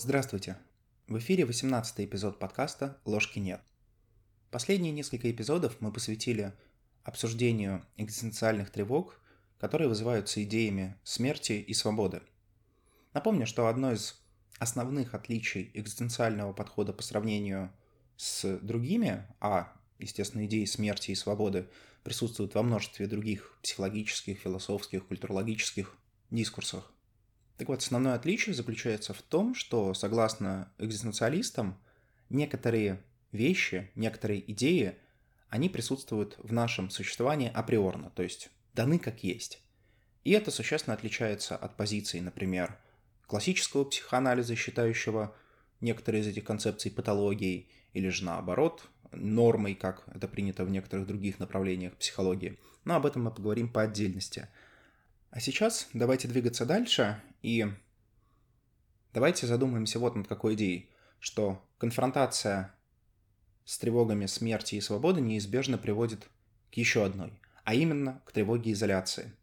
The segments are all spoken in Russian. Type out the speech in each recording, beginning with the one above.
Здравствуйте! В эфире 18-й эпизод подкаста «Ложки нет». Последние несколько эпизодов мы посвятили обсуждению экзистенциальных тревог, которые вызываются идеями смерти и свободы. Напомню, что одно из основных отличий экзистенциального подхода по сравнению с другими, естественно, идеи смерти и свободы присутствуют во множестве других психологических, философских, культурологических дискурсах. Так вот, основное отличие заключается в том, что, согласно экзистенциалистам, некоторые вещи, некоторые идеи, они присутствуют в нашем существовании априорно, то есть даны как есть. И это существенно отличается от позиций, например, классического психоанализа, считающего некоторые из этих концепций патологией, или же наоборот, нормой, как это принято в некоторых других направлениях психологии. Но об этом мы поговорим по отдельности. А сейчас давайте двигаться дальше, и давайте задумаемся вот над какой идеей, что конфронтация с тревогами смерти и свободы неизбежно приводит к еще одной, а именно к тревоге изоляции.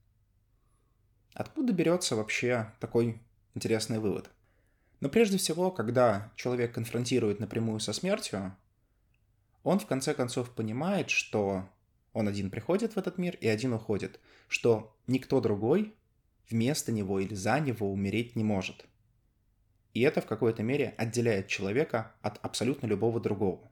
Откуда берется вообще такой интересный вывод? Но прежде всего, когда человек конфронтирует напрямую со смертью, он в конце концов понимает, что он один приходит в этот мир и один уходит, что никто другой вместо него или за него умереть не может. И это в какой-то мере отделяет человека от абсолютно любого другого.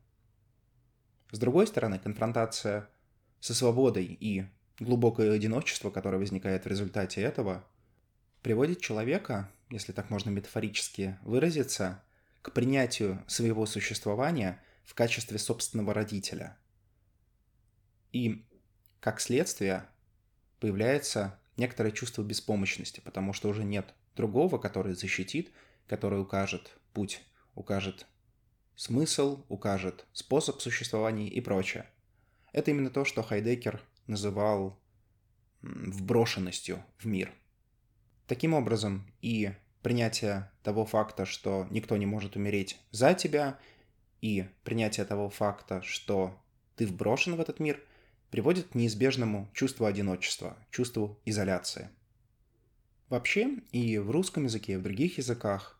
С другой стороны, конфронтация со свободой и глубокое одиночество, которое возникает в результате этого, приводит человека, если так можно метафорически выразиться, к принятию своего существования в качестве собственного родителя. И, как следствие, появляется некоторое чувство беспомощности, потому что уже нет другого, который защитит, который укажет путь, укажет смысл, укажет способ существования и прочее. Это именно то, что Хайдеггер называл вброшенностью в мир. Таким образом, и принятие того факта, что никто не может умереть за тебя, и принятие того факта, что ты вброшен в этот мир, приводит к неизбежному чувству одиночества, чувству изоляции. Вообще, и в русском языке, и в других языках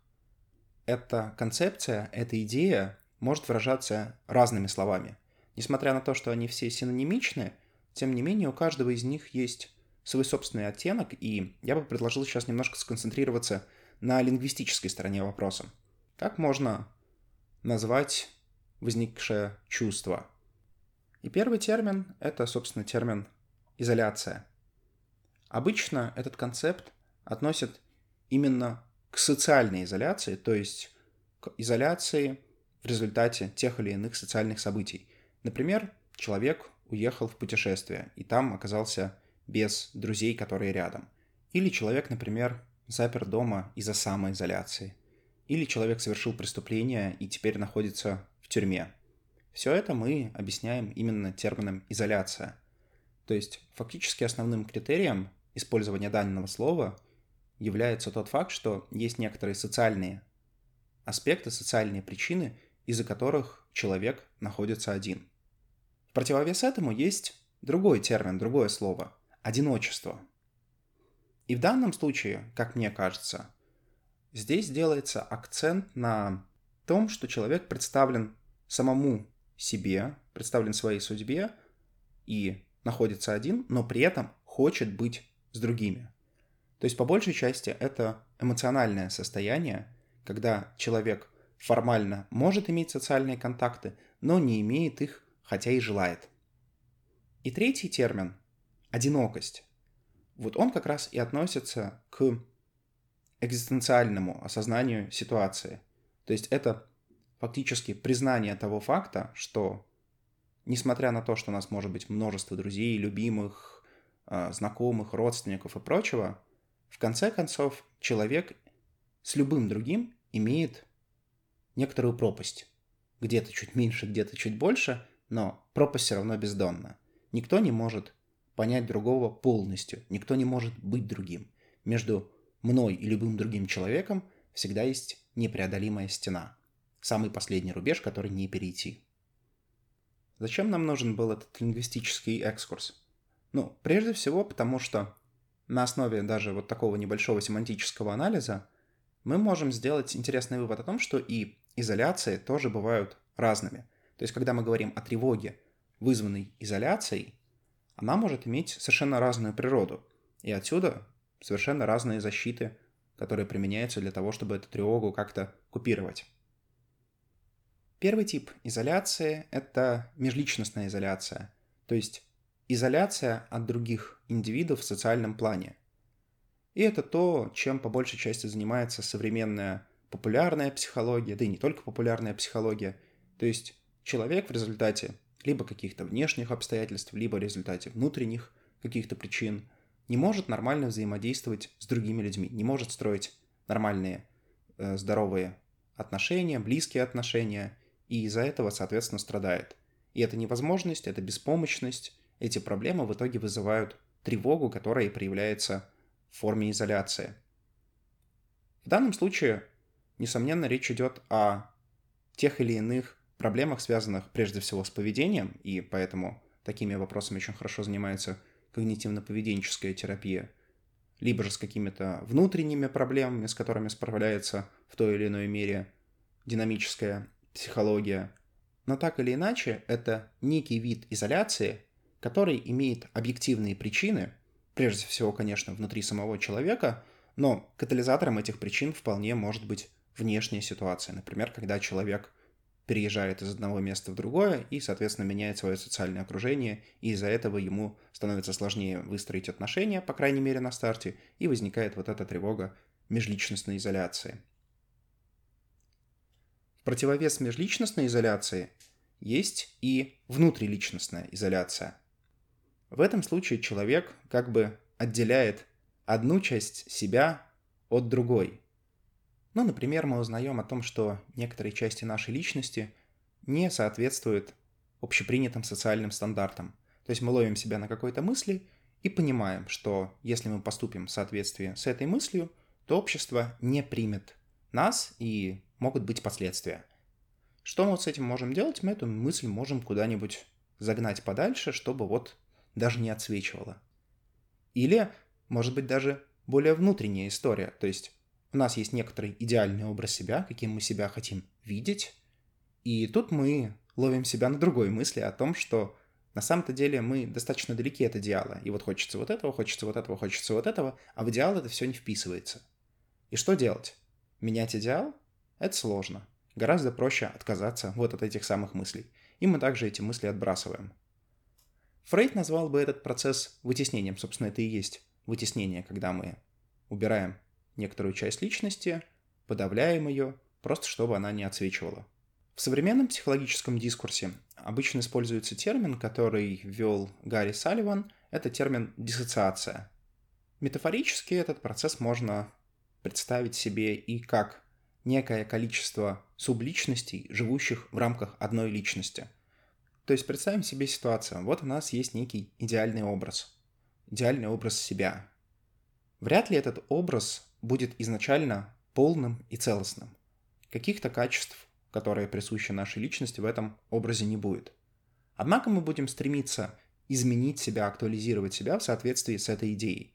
эта концепция, эта идея может выражаться разными словами. Несмотря на то, что они все синонимичны, тем не менее у каждого из них есть свой собственный оттенок, и я бы предложил сейчас немножко сконцентрироваться на лингвистической стороне вопроса. Как можно назвать возникшее чувство? И первый термин – это, собственно, термин «изоляция». Обычно этот концепт относят именно к социальной изоляции, то есть к изоляции в результате тех или иных социальных событий. Например, человек уехал в путешествие, и там оказался без друзей, которые рядом. Или человек, например, запер дома из-за самоизоляции. Или человек совершил преступление и теперь находится в тюрьме. Все это мы объясняем именно термином «изоляция». То есть фактически основным критерием использования данного слова является тот факт, что есть некоторые социальные аспекты, социальные причины, из-за которых человек находится один. В противовес этому есть другой термин, другое слово – одиночество. И в данном случае, как мне кажется, здесь делается акцент на том, что человек представлен самому себе, представлен своей судьбе и находится один, но при этом хочет быть с другими. То есть, по большей части, это эмоциональное состояние, когда человек формально может иметь социальные контакты, но не имеет их, хотя и желает. И третий термин – одинокость. Вот он как раз и относится к экзистенциальному осознанию ситуации. То есть, это фактически признание того факта, что, несмотря на то, что у нас может быть множество друзей, любимых, знакомых, родственников и прочего, в конце концов человек с любым другим имеет некоторую пропасть. Где-то чуть меньше, где-то чуть больше, но пропасть все равно бездонна. Никто не может понять другого полностью, никто не может быть другим. Между мной и любым другим человеком всегда есть непреодолимая стена. Самый последний рубеж, который не перейти. Зачем нам нужен был этот лингвистический экскурс? Прежде всего, потому что на основе даже вот такого небольшого семантического анализа мы можем сделать интересный вывод о том, что и изоляции тоже бывают разными. То есть, когда мы говорим о тревоге, вызванной изоляцией, она может иметь совершенно разную природу. И отсюда совершенно разные защиты, которые применяются для того, чтобы эту тревогу как-то купировать. Первый тип изоляции – это межличностная изоляция, то есть изоляция от других индивидов в социальном плане. И это то, чем по большей части занимается современная популярная психология, да и не только популярная психология. То есть человек в результате либо каких-то внешних обстоятельств, либо в результате внутренних каких-то причин не может нормально взаимодействовать с другими людьми, не может строить нормальные, здоровые отношения, близкие отношения, и из-за этого, соответственно, страдает. И эта невозможность, эта беспомощность, эти проблемы в итоге вызывают тревогу, которая проявляется в форме изоляции. В данном случае, несомненно, речь идет о тех или иных проблемах, связанных прежде всего с поведением, и поэтому такими вопросами очень хорошо занимается когнитивно-поведенческая терапия, либо же с какими-то внутренними проблемами, с которыми справляется в той или иной мере динамическая психология. Но так или иначе, это некий вид изоляции, который имеет объективные причины, прежде всего, конечно, внутри самого человека, но катализатором этих причин вполне может быть внешняя ситуация. Например, когда человек переезжает из одного места в другое и, соответственно, меняет свое социальное окружение, и из-за этого ему становится сложнее выстроить отношения, по крайней мере, на старте, и возникает вот эта тревога межличностной изоляции. В противовес межличностной изоляции есть и внутриличностная изоляция. В этом случае человек как бы отделяет одну часть себя от другой. Ну, например, мы узнаем о том, что некоторые части нашей личности не соответствуют общепринятым социальным стандартам. То есть мы ловим себя на какой-то мысли и понимаем, что если мы поступим в соответствии с этой мыслью, то общество не примет нас и могут быть последствия. Что мы вот с этим можем делать? Мы эту мысль можем куда-нибудь загнать подальше, чтобы вот даже не отсвечивало. Или, может быть, даже более внутренняя история. То есть у нас есть некоторый идеальный образ себя, каким мы себя хотим видеть, и тут мы ловим себя на другой мысли о том, что на самом-то деле мы достаточно далеки от идеала. И вот хочется вот этого, хочется вот этого, хочется вот этого, а в идеал это все не вписывается. И что делать? Менять идеал? Это сложно. Гораздо проще отказаться вот от этих самых мыслей. И мы также эти мысли отбрасываем. Фрейд назвал бы этот процесс вытеснением. Собственно, это и есть вытеснение, когда мы убираем некоторую часть личности, подавляем ее, просто чтобы она не отсвечивала. В современном психологическом дискурсе обычно используется термин, который ввел Гарри Салливан, это термин диссоциация. Метафорически этот процесс можно представить себе и как некое количество субличностей, живущих в рамках одной личности. То есть представим себе ситуацию. Вот у нас есть некий идеальный образ себя. Вряд ли этот образ будет изначально полным и целостным. Каких-то качеств, которые присущи нашей личности, в этом образе не будет. Однако мы будем стремиться изменить себя, актуализировать себя в соответствии с этой идеей.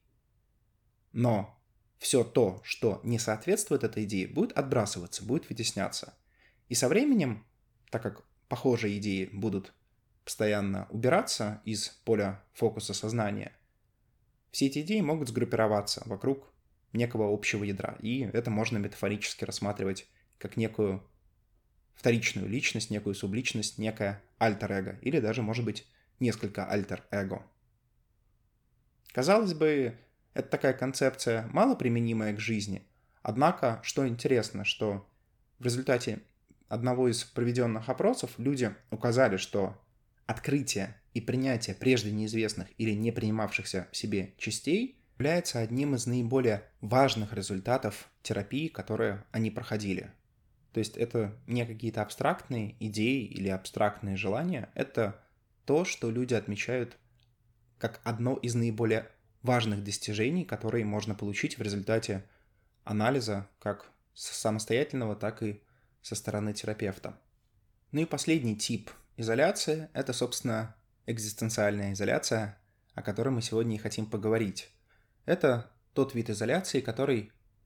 Но все то, что не соответствует этой идее, будет отбрасываться, будет вытесняться. И со временем, так как похожие идеи будут постоянно убираться из поля фокуса сознания, все эти идеи могут сгруппироваться вокруг некого общего ядра. И это можно метафорически рассматривать как некую вторичную личность, некую субличность, некое альтер-эго. Или даже, может быть, несколько альтер-эго. Казалось бы, это такая концепция, мало применимая к жизни. Однако, что интересно, что в результате одного из проведенных опросов люди указали, что открытие и принятие прежде неизвестных или не принимавшихся в себе частей является одним из наиболее важных результатов терапии, которые они проходили. То есть это не какие-то абстрактные идеи или абстрактные желания, это то, что люди отмечают как одно из наиболее важных достижений, которые можно получить в результате анализа как самостоятельного, так и со стороны терапевта. Ну и последний тип изоляции – это, собственно, экзистенциальная изоляция, о которой мы сегодня и хотим поговорить. Это тот вид изоляции, который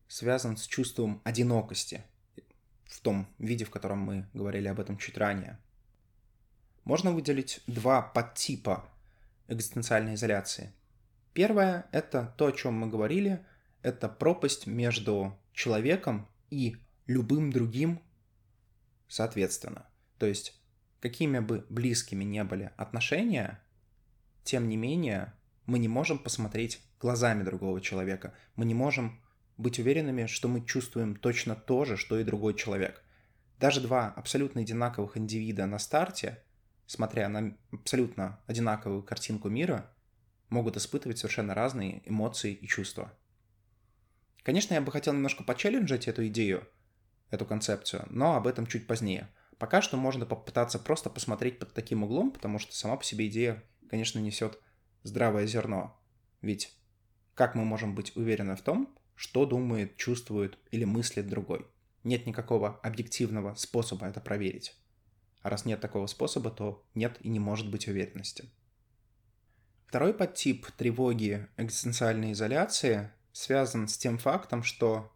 связан с чувством одинокости, в том виде, в котором мы говорили об этом чуть ранее. Можно выделить два подтипа экзистенциальной изоляции. Первое – это то, о чем мы говорили, это пропасть между человеком и любым другим соответственно. То есть, какими бы близкими ни были отношения, тем не менее, мы не можем посмотреть глазами другого человека. Мы не можем быть уверенными, что мы чувствуем точно то же, что и другой человек. Даже два абсолютно одинаковых индивида на старте, смотря на абсолютно одинаковую картинку мира, могут испытывать совершенно разные эмоции и чувства. Конечно, я бы хотел немножко почелленджить эту идею, эту концепцию, но об этом чуть позднее. Пока что можно попытаться просто посмотреть под таким углом, потому что сама по себе идея, конечно, несет здравое зерно. Ведь как мы можем быть уверены в том, что думает, чувствует или мыслит другой? Нет никакого объективного способа это проверить. А раз нет такого способа, то нет и не может быть уверенности. Второй подтип тревоги экзистенциальной изоляции связан с тем фактом, что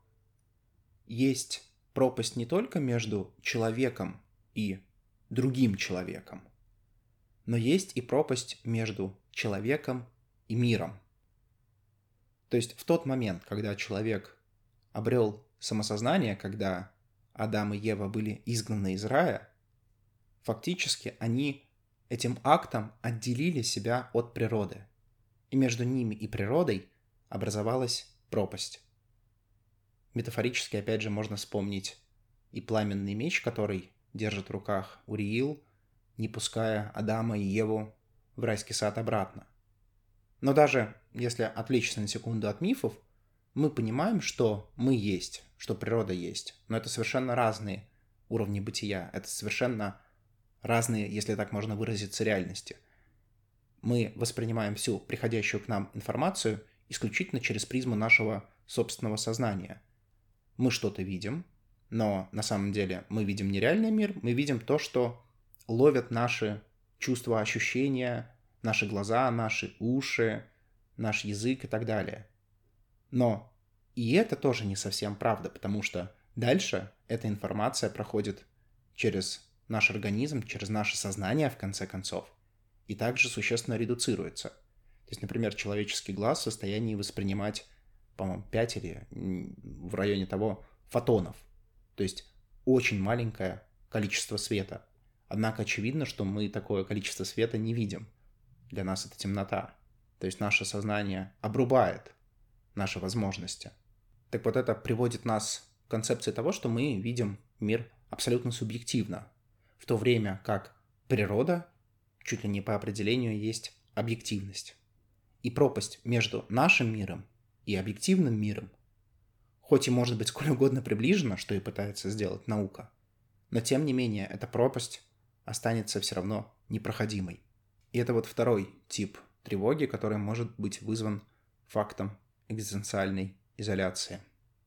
есть пропасть не только между человеком и другим человеком, но есть и пропасть между человеком и миром. То есть в тот момент, когда человек обрел самосознание, когда Адам и Ева были изгнаны из рая, фактически они этим актом отделили себя от природы. И между ними и природой образовалась пропасть. Метафорически, опять же, можно вспомнить и пламенный меч, который держит в руках Уриил, не пуская Адама и Еву в райский сад обратно. Но даже если отвлечься на секунду от мифов, мы понимаем, что мы есть, что природа есть. Но это совершенно разные уровни бытия. Это совершенно разные, если так можно выразиться, реальности. Мы воспринимаем всю приходящую к нам информацию исключительно через призму нашего собственного сознания. Мы что-то видим, но на самом деле мы видим не реальный мир, мы видим то, что ловят наши чувства, ощущения, наши глаза, наши уши, наш язык и так далее. Но и это тоже не совсем правда, потому что дальше эта информация проходит через наш организм, через наше сознание, в конце концов, и также существенно редуцируется. То есть, например, человеческий глаз в состоянии воспринимать, по-моему, 5 или в районе того фотонов. То есть очень маленькое количество света. Однако очевидно, что мы такое количество света не видим. Для нас это темнота. То есть наше сознание обрубает наши возможности. Так вот, это приводит нас к концепции того, что мы видим мир абсолютно субъективно, в то время как природа, чуть ли не по определению, есть объективность. И пропасть между нашим миром и объективным миром, хоть и может быть сколь угодно приближена, что и пытается сделать наука, но тем не менее эта пропасть останется все равно непроходимой. И это вот второй тип тревоги, который может быть вызван фактом экзистенциальной изоляции.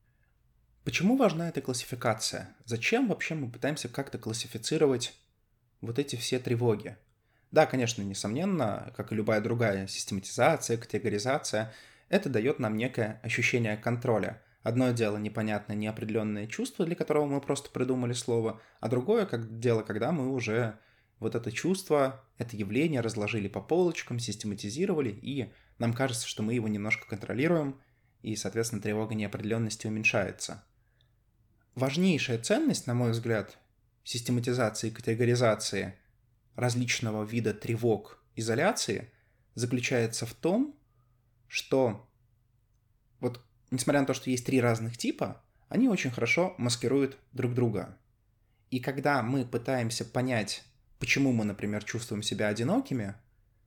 Почему важна эта классификация? Зачем вообще мы пытаемся как-то классифицировать вот эти все тревоги? Да, конечно, несомненно, как и любая другая систематизация, категоризация, это дает нам некое ощущение контроля. Одно дело непонятное, неопределенное чувство, для которого мы просто придумали слово, а другое дело, когда мы уже вот это чувство, это явление разложили по полочкам, систематизировали, и нам кажется, что мы его немножко контролируем, и, соответственно, тревога неопределенности уменьшается. Важнейшая ценность, на мой взгляд, систематизации и категоризации различного вида тревог изоляции заключается в том, что вот несмотря на то, что есть 3 разных типа, они очень хорошо маскируют друг друга. И когда мы пытаемся понять, почему мы, например, чувствуем себя одинокими,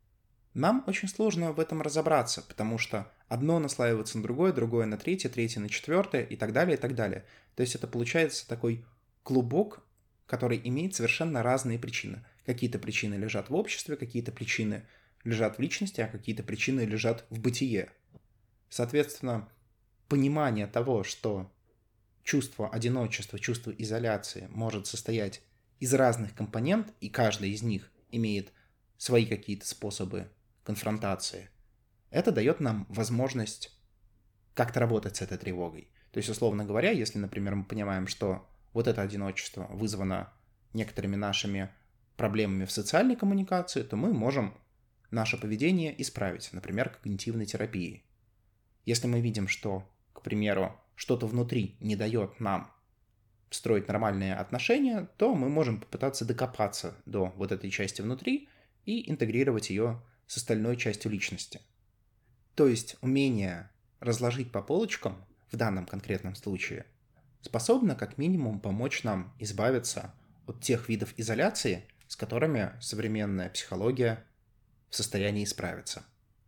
нам очень сложно в этом разобраться, потому что одно наслаивается на другое, другое на третье, третье на четвертое и так далее, и так далее. То есть это получается такой клубок, который имеет совершенно разные причины. Какие-то причины лежат в обществе, какие-то причины лежат в личности, а какие-то причины лежат в бытие. Соответственно, понимание того, что чувство одиночества, чувство изоляции может состоять из разных компонентов, и каждый из них имеет свои какие-то способы конфронтации, это дает нам возможность как-то работать с этой тревогой. То есть, условно говоря, если, например, мы понимаем, что вот это одиночество вызвано некоторыми нашими проблемами в социальной коммуникации, то мы можем наше поведение исправить, например, когнитивной терапией. Если мы видим, что, к примеру, что-то внутри не дает нам строить нормальные отношения, то мы можем попытаться докопаться до вот этой части внутри и интегрировать ее с остальной частью личности. То есть умение разложить по полочкам в данном конкретном случае способно как минимум помочь нам избавиться от тех видов изоляции, с которыми современная психология в состоянии справиться.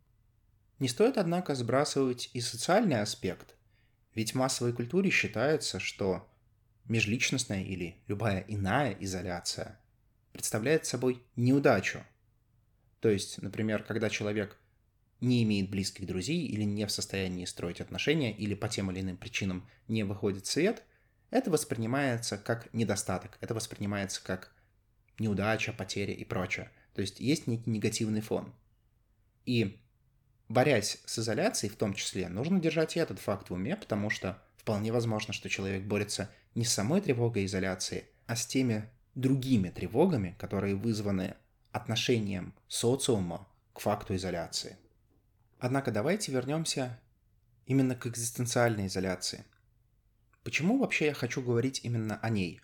Не стоит, однако, сбрасывать и социальный аспект, ведь в массовой культуре считается, что межличностная или любая иная изоляция представляет собой неудачу. То есть, например, когда человек не имеет близких друзей или не в состоянии строить отношения, или по тем или иным причинам не выходит в свет, это воспринимается как недостаток, это воспринимается как неудача, потеря и прочее. То есть есть некий негативный фон. И борясь с изоляцией в том числе, нужно держать и этот факт в уме, потому что вполне возможно, что человек борется не с самой тревогой изоляции, а с теми другими тревогами, которые вызваны отношением социума к факту изоляции. Однако давайте вернемся именно к экзистенциальной изоляции. Почему вообще я хочу говорить именно о ней?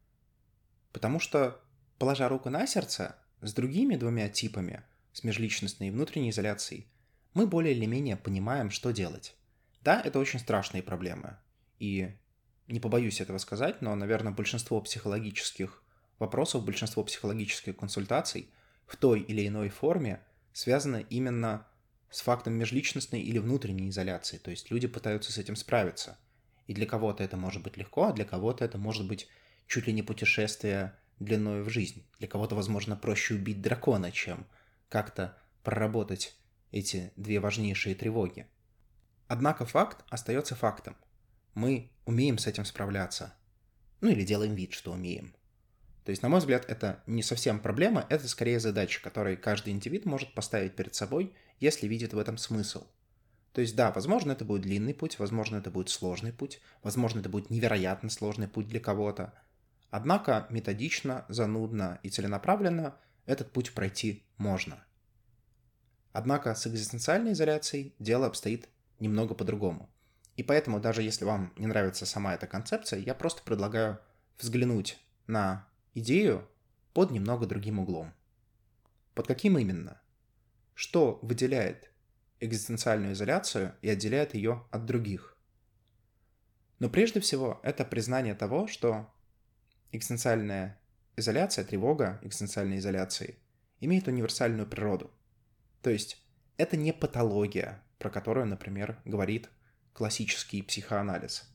Потому что, положа руку на сердце, с другими двумя типами, с межличностной и внутренней изоляцией, мы более или менее понимаем, что делать. Да, это очень страшные проблемы. И не побоюсь этого сказать, но, наверное, большинство психологических вопросов, большинство психологических консультаций в той или иной форме связаны именно с фактом межличностной или внутренней изоляции. То есть люди пытаются с этим справиться. И для кого-то это может быть легко, а для кого-то это может быть чуть ли не путешествие длиной в жизнь. Для кого-то, возможно, проще убить дракона, чем как-то проработать эти две важнейшие тревоги. Однако факт остается фактом. Мы умеем с этим справляться. Ну или делаем вид, что умеем. То есть, на мой взгляд, это не совсем проблема, это скорее задача, которую каждый индивид может поставить перед собой, если видит в этом смысл. То есть, да, возможно, это будет длинный путь, возможно, это будет сложный путь, возможно, это будет невероятно сложный путь для кого-то. Однако методично, занудно и целенаправленно этот путь пройти можно. Однако с экзистенциальной изоляцией дело обстоит немного по-другому. И поэтому, даже если вам не нравится сама эта концепция, я просто предлагаю взглянуть на идею под немного другим углом. Под каким именно? Что выделяет экзистенциальную изоляцию и отделяет ее от других? Но прежде всего, это признание того, что экзистенциальная изоляция, тревога экзистенциальной изоляции имеет универсальную природу. То есть это не патология, про которую, например, говорит классический психоанализ.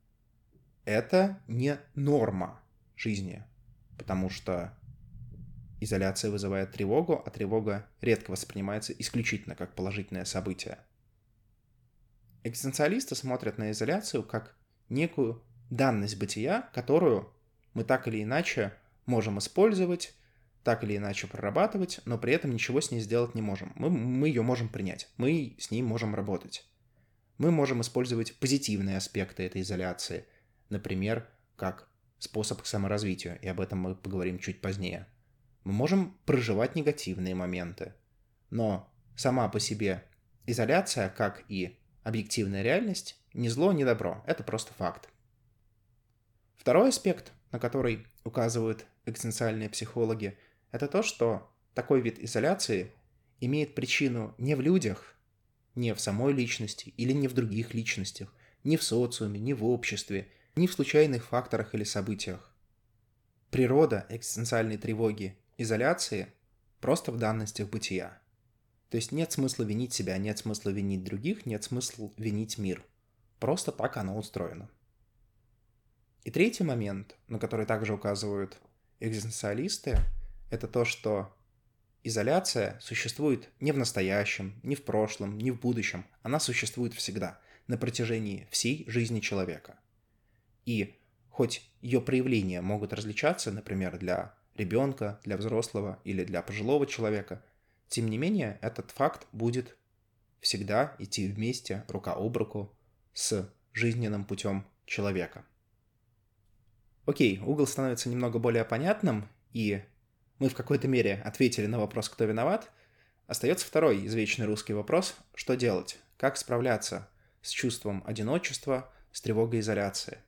Это не норма жизни, потому что изоляция вызывает тревогу, а тревога редко воспринимается исключительно как положительное событие. Экзистенциалисты смотрят на изоляцию как некую данность бытия, которую мы так или иначе можем использовать, так или иначе прорабатывать, но при этом ничего с ней сделать не можем. Мы ее можем принять, мы с ней можем работать. Мы можем использовать позитивные аспекты этой изоляции, например, как способ к саморазвитию, и об этом мы поговорим чуть позднее. Мы можем проживать негативные моменты, но сама по себе изоляция, как и объективная реальность, ни зло, ни добро, это просто факт. Второй аспект, на который указывают экзистенциальные психологи, это то, что такой вид изоляции имеет причину не в людях, не в самой личности или не в других личностях, не в социуме, не в обществе, не в случайных факторах или событиях. Природа экзистенциальной тревоги, изоляции просто в данностях бытия. То есть нет смысла винить себя, нет смысла винить других, нет смысла винить мир. Просто так оно устроено. И третий момент, на который также указывают экзистенциалисты, это то, что изоляция существует не в настоящем, не в прошлом, не в будущем. Она существует всегда, на протяжении всей жизни человека. И хоть ее проявления могут различаться, например, для ребенка, для взрослого или для пожилого человека, тем не менее этот факт будет всегда идти вместе, рука об руку, с жизненным путем человека. Окей, угол становится немного более понятным, и мы в какой-то мере ответили на вопрос, кто виноват. Остается второй извечный русский вопрос: что делать? Как справляться с чувством одиночества, с тревогой изоляции?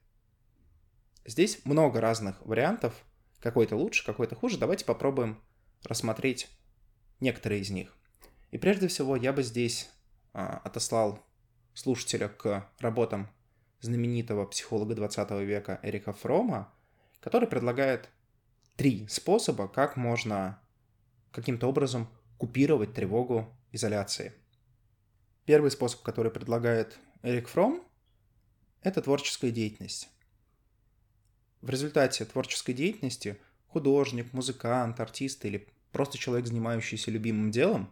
Здесь много разных вариантов, какой-то лучше, какой-то хуже. Давайте попробуем рассмотреть некоторые из них. И прежде всего я бы здесь отослал слушателя к работам знаменитого психолога 20 века Эрика Фрома, который предлагает 3 способа, как можно каким-то образом купировать тревогу изоляции. Первый способ, который предлагает Эрик Фром, это творческая деятельность. В результате творческой деятельности художник, музыкант, артист или просто человек, занимающийся любимым делом,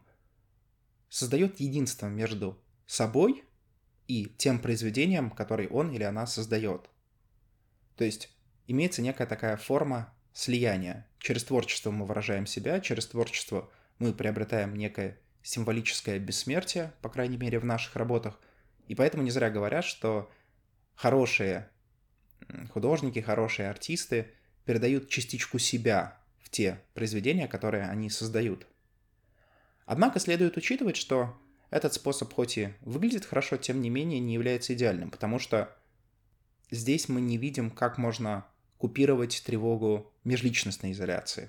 создает единство между собой и тем произведением, которое он или она создает. То есть имеется некая такая форма слияния. Через творчество мы выражаем себя, через творчество мы приобретаем некое символическое бессмертие, по крайней мере, в наших работах. И поэтому не зря говорят, что хорошие художники, хорошие артисты передают частичку себя в те произведения, которые они создают. Однако следует учитывать, что этот способ хоть и выглядит хорошо, тем не менее не является идеальным, потому что здесь мы не видим, как можно купировать тревогу межличностной изоляции.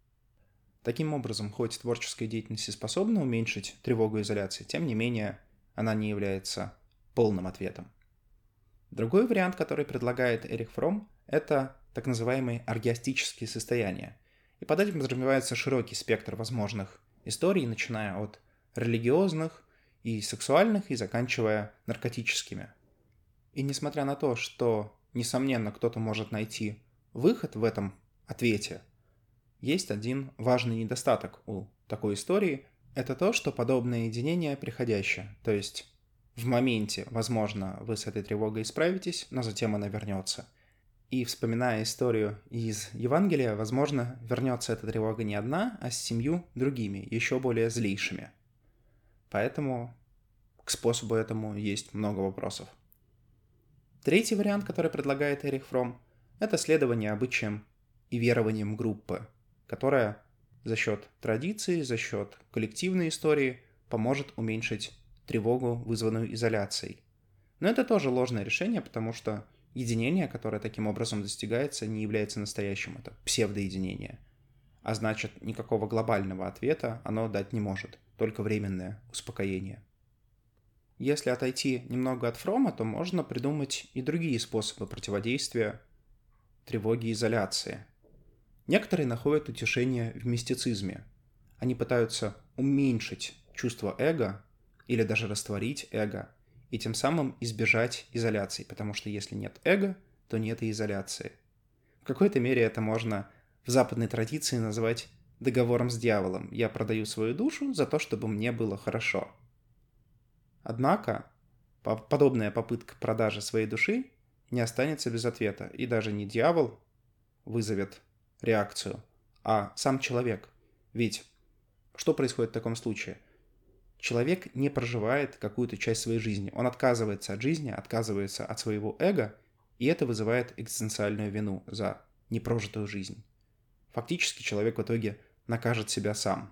Таким образом, хоть творческая деятельность и способна уменьшить тревогу изоляции, тем не менее она не является полным ответом. Другой вариант, который предлагает Эрик Фром, это так называемые оргиастические состояния. И под этим подразумевается широкий спектр возможных историй, начиная от религиозных и сексуальных и заканчивая наркотическими. И несмотря на то, что, несомненно, кто-то может найти выход в этом ответе, есть один важный недостаток у такой истории. Это то, что подобное единение приходящее. То есть в моменте, возможно, вы с этой тревогой справитесь, но затем она вернется. И вспоминая историю из Евангелия, возможно, вернется эта тревога не одна, а с 7 другими, еще более злейшими. Поэтому к способу этому есть много вопросов. Третий вариант, который предлагает Эрик Фром, это следование обычаям и верованиям группы, которая за счет традиции, за счет коллективной истории поможет уменьшить тревогу, вызванную изоляцией. Но это тоже ложное решение, потому что единение, которое таким образом достигается, не является настоящим. Это псевдоединение. А значит, никакого глобального ответа оно дать не может, только временное успокоение. Если отойти немного от Фрома, то можно придумать и другие способы противодействия тревоге и изоляции. Некоторые находят утешение в мистицизме. Они пытаются уменьшить чувство эго или даже растворить эго, и тем самым избежать изоляции, потому что если нет эго, то нет и изоляции. В какой-то мере это можно в западной традиции назвать договором с дьяволом. Я продаю свою душу за то, чтобы мне было хорошо. Однако подобная попытка продажи своей души не останется без ответа, и даже не дьявол вызовет реакцию, а сам человек. Ведь что происходит в таком случае? Человек не проживает какую-то часть своей жизни. Он отказывается от жизни, отказывается от своего эго, и это вызывает экзистенциальную вину за непрожитую жизнь. Фактически человек в итоге накажет себя сам.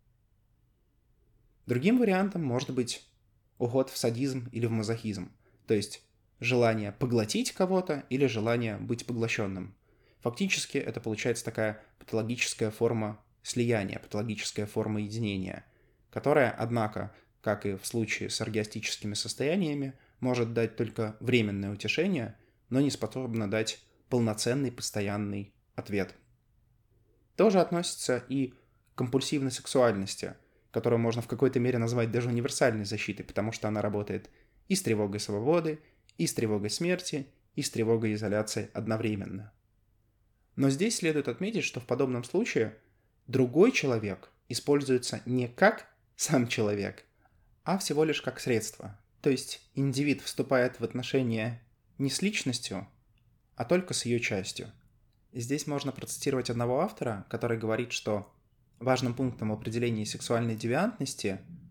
Другим вариантом может быть уход в садизм или в мазохизм, то есть желание поглотить кого-то или желание быть поглощенным. Фактически это получается такая патологическая форма слияния, патологическая форма единения, которая, однако, как и в случае с оргиастическими состояниями, может дать только временное утешение, но не способна дать полноценный, постоянный ответ. Тоже относится и к компульсивной сексуальности, которую можно в какой-то мере назвать даже универсальной защитой, потому что она работает и с тревогой свободы, и с тревогой смерти, и с тревогой изоляции одновременно. Но здесь следует отметить, что в подобном случае другой человек используется не как сам человек, а всего лишь как средство. То есть индивид вступает в отношения не с личностью, а только с ее частью. И здесь можно процитировать одного автора, который говорит, что важным пунктом определения сексуальной девиантности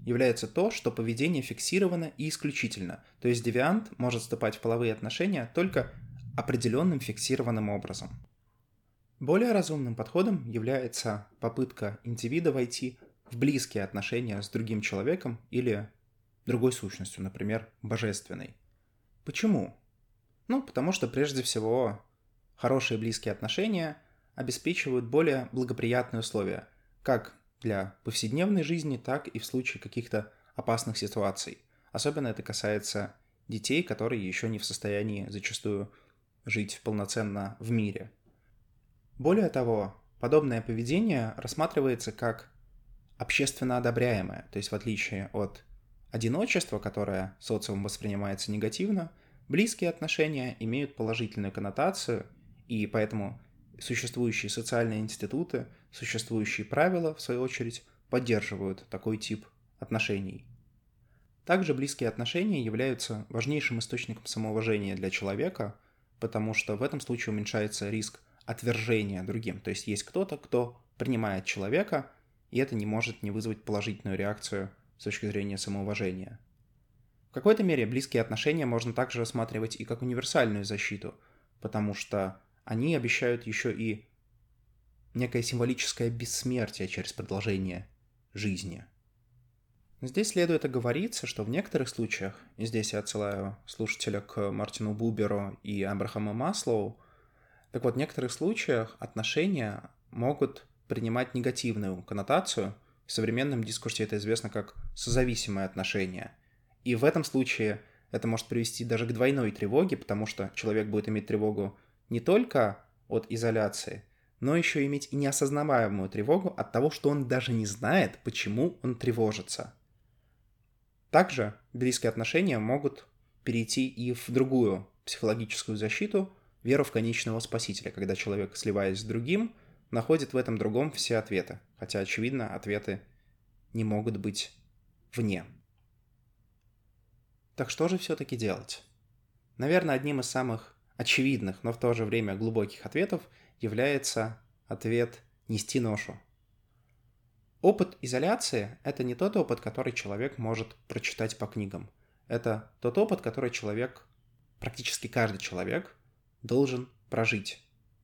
является то, что поведение фиксировано и исключительно, то есть девиант может вступать в половые отношения только определенным фиксированным образом. Более разумным подходом является попытка индивида войти в близкие отношения с другим человеком или другой сущностью, например, божественной. Почему? Потому что прежде всего хорошие близкие отношения обеспечивают более благоприятные условия, как для повседневной жизни, так и в случае каких-то опасных ситуаций. Особенно это касается детей, которые еще не в состоянии зачастую жить полноценно в мире. Более того, подобное поведение рассматривается как общественно одобряемое, то есть в отличие от одиночества, которое социумом воспринимается негативно, близкие отношения имеют положительную коннотацию, и поэтому существующие социальные институты, существующие правила, в свою очередь, поддерживают такой тип отношений. Также близкие отношения являются важнейшим источником самоуважения для человека, потому что в этом случае уменьшается риск отвержения другим. То есть кто-то, кто принимает человека, и это не может не вызвать положительную реакцию с точки зрения самоуважения. В какой-то мере близкие отношения можно также рассматривать и как универсальную защиту, потому что они обещают еще и некое символическое бессмертие через продолжение жизни. Но здесь следует оговориться, что в некоторых случаях, и здесь я отсылаю слушателя к Мартину Буберу и Абрахаму Маслоу, так вот, в некоторых случаях отношения могут принимать негативную коннотацию. В современном дискурсе это известно как созависимые отношения. И в этом случае это может привести даже к двойной тревоге, потому что человек будет иметь тревогу не только от изоляции, но еще иметь и неосознаваемую тревогу от того, что он даже не знает, почему он тревожится. Также близкие отношения могут перейти и в другую психологическую защиту, веру в конечного спасителя, когда человек, сливаясь с другим, находит в этом другом все ответы, хотя, очевидно, ответы не могут быть вне. Так что же все-таки делать? Наверное, одним из самых очевидных, но в то же время глубоких ответов является ответ «нести ношу». Опыт изоляции – это не тот опыт, который человек может прочитать по книгам. Это тот опыт, который практически каждый человек, должен прожить.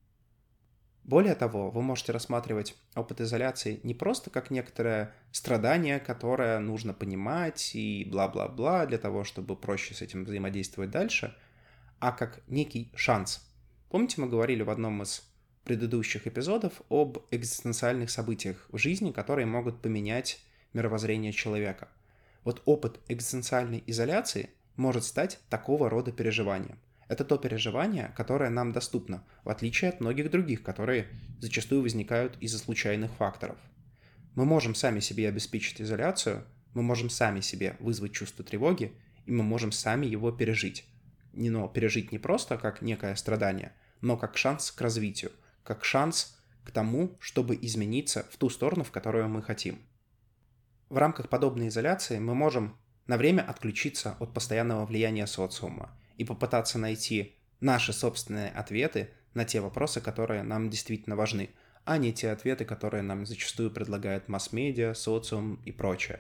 Более того, вы можете рассматривать опыт изоляции не просто как некоторое страдание, которое нужно понимать и бла-бла-бла для того, чтобы проще с этим взаимодействовать дальше, а как некий шанс. Помните, мы говорили в одном из предыдущих эпизодов об экзистенциальных событиях в жизни, которые могут поменять мировоззрение человека. Вот опыт экзистенциальной изоляции может стать такого рода переживанием. Это то переживание, которое нам доступно, в отличие от многих других, которые зачастую возникают из-за случайных факторов. Мы можем сами себе обеспечить изоляцию, мы можем сами себе вызвать чувство тревоги, и мы можем сами его пережить. Но пережить не просто как некое страдание, но как шанс к развитию, как шанс к тому, чтобы измениться в ту сторону, в которую мы хотим. В рамках подобной изоляции мы можем на время отключиться от постоянного влияния социума и попытаться найти наши собственные ответы на те вопросы, которые нам действительно важны, а не те ответы, которые нам зачастую предлагает масс-медиа, социум и прочее.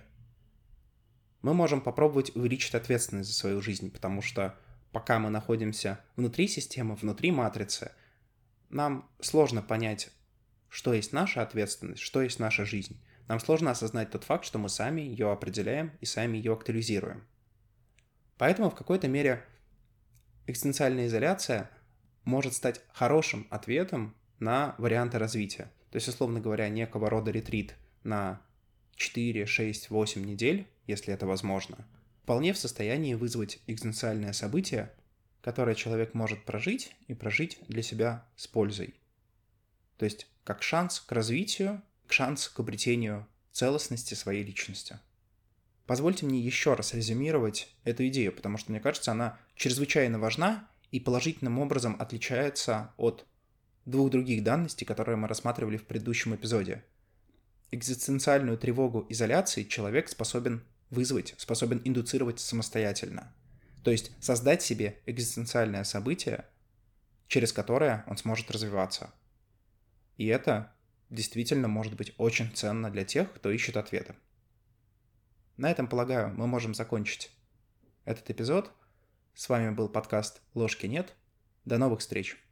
Мы можем попробовать увеличить ответственность за свою жизнь, потому что пока мы находимся внутри системы, внутри матрицы, нам сложно понять, что есть наша ответственность, что есть наша жизнь. Нам сложно осознать тот факт, что мы сами ее определяем и сами ее актуализируем. Поэтому в какой-то мере экзистенциальная изоляция может стать хорошим ответом на варианты развития. То есть, условно говоря, некого рода ретрит на 4, 6, 8 недель, если это возможно, вполне в состоянии вызвать экзистенциальное событие, которое человек может прожить и прожить для себя с пользой. То есть, как шанс к развитию, шанс к обретению целостности своей личности. Позвольте мне еще раз резюмировать эту идею, потому что, мне кажется, она чрезвычайно важна и положительным образом отличается от двух других данностей, которые мы рассматривали в предыдущем эпизоде. Экзистенциальную тревогу изоляции человек способен вызвать, способен индуцировать самостоятельно. То есть создать себе экзистенциальное событие, через которое он сможет развиваться. И это действительно может быть очень ценно для тех, кто ищет ответы. На этом, полагаю, мы можем закончить этот эпизод. С вами был подкаст «Ложки нет». До новых встреч!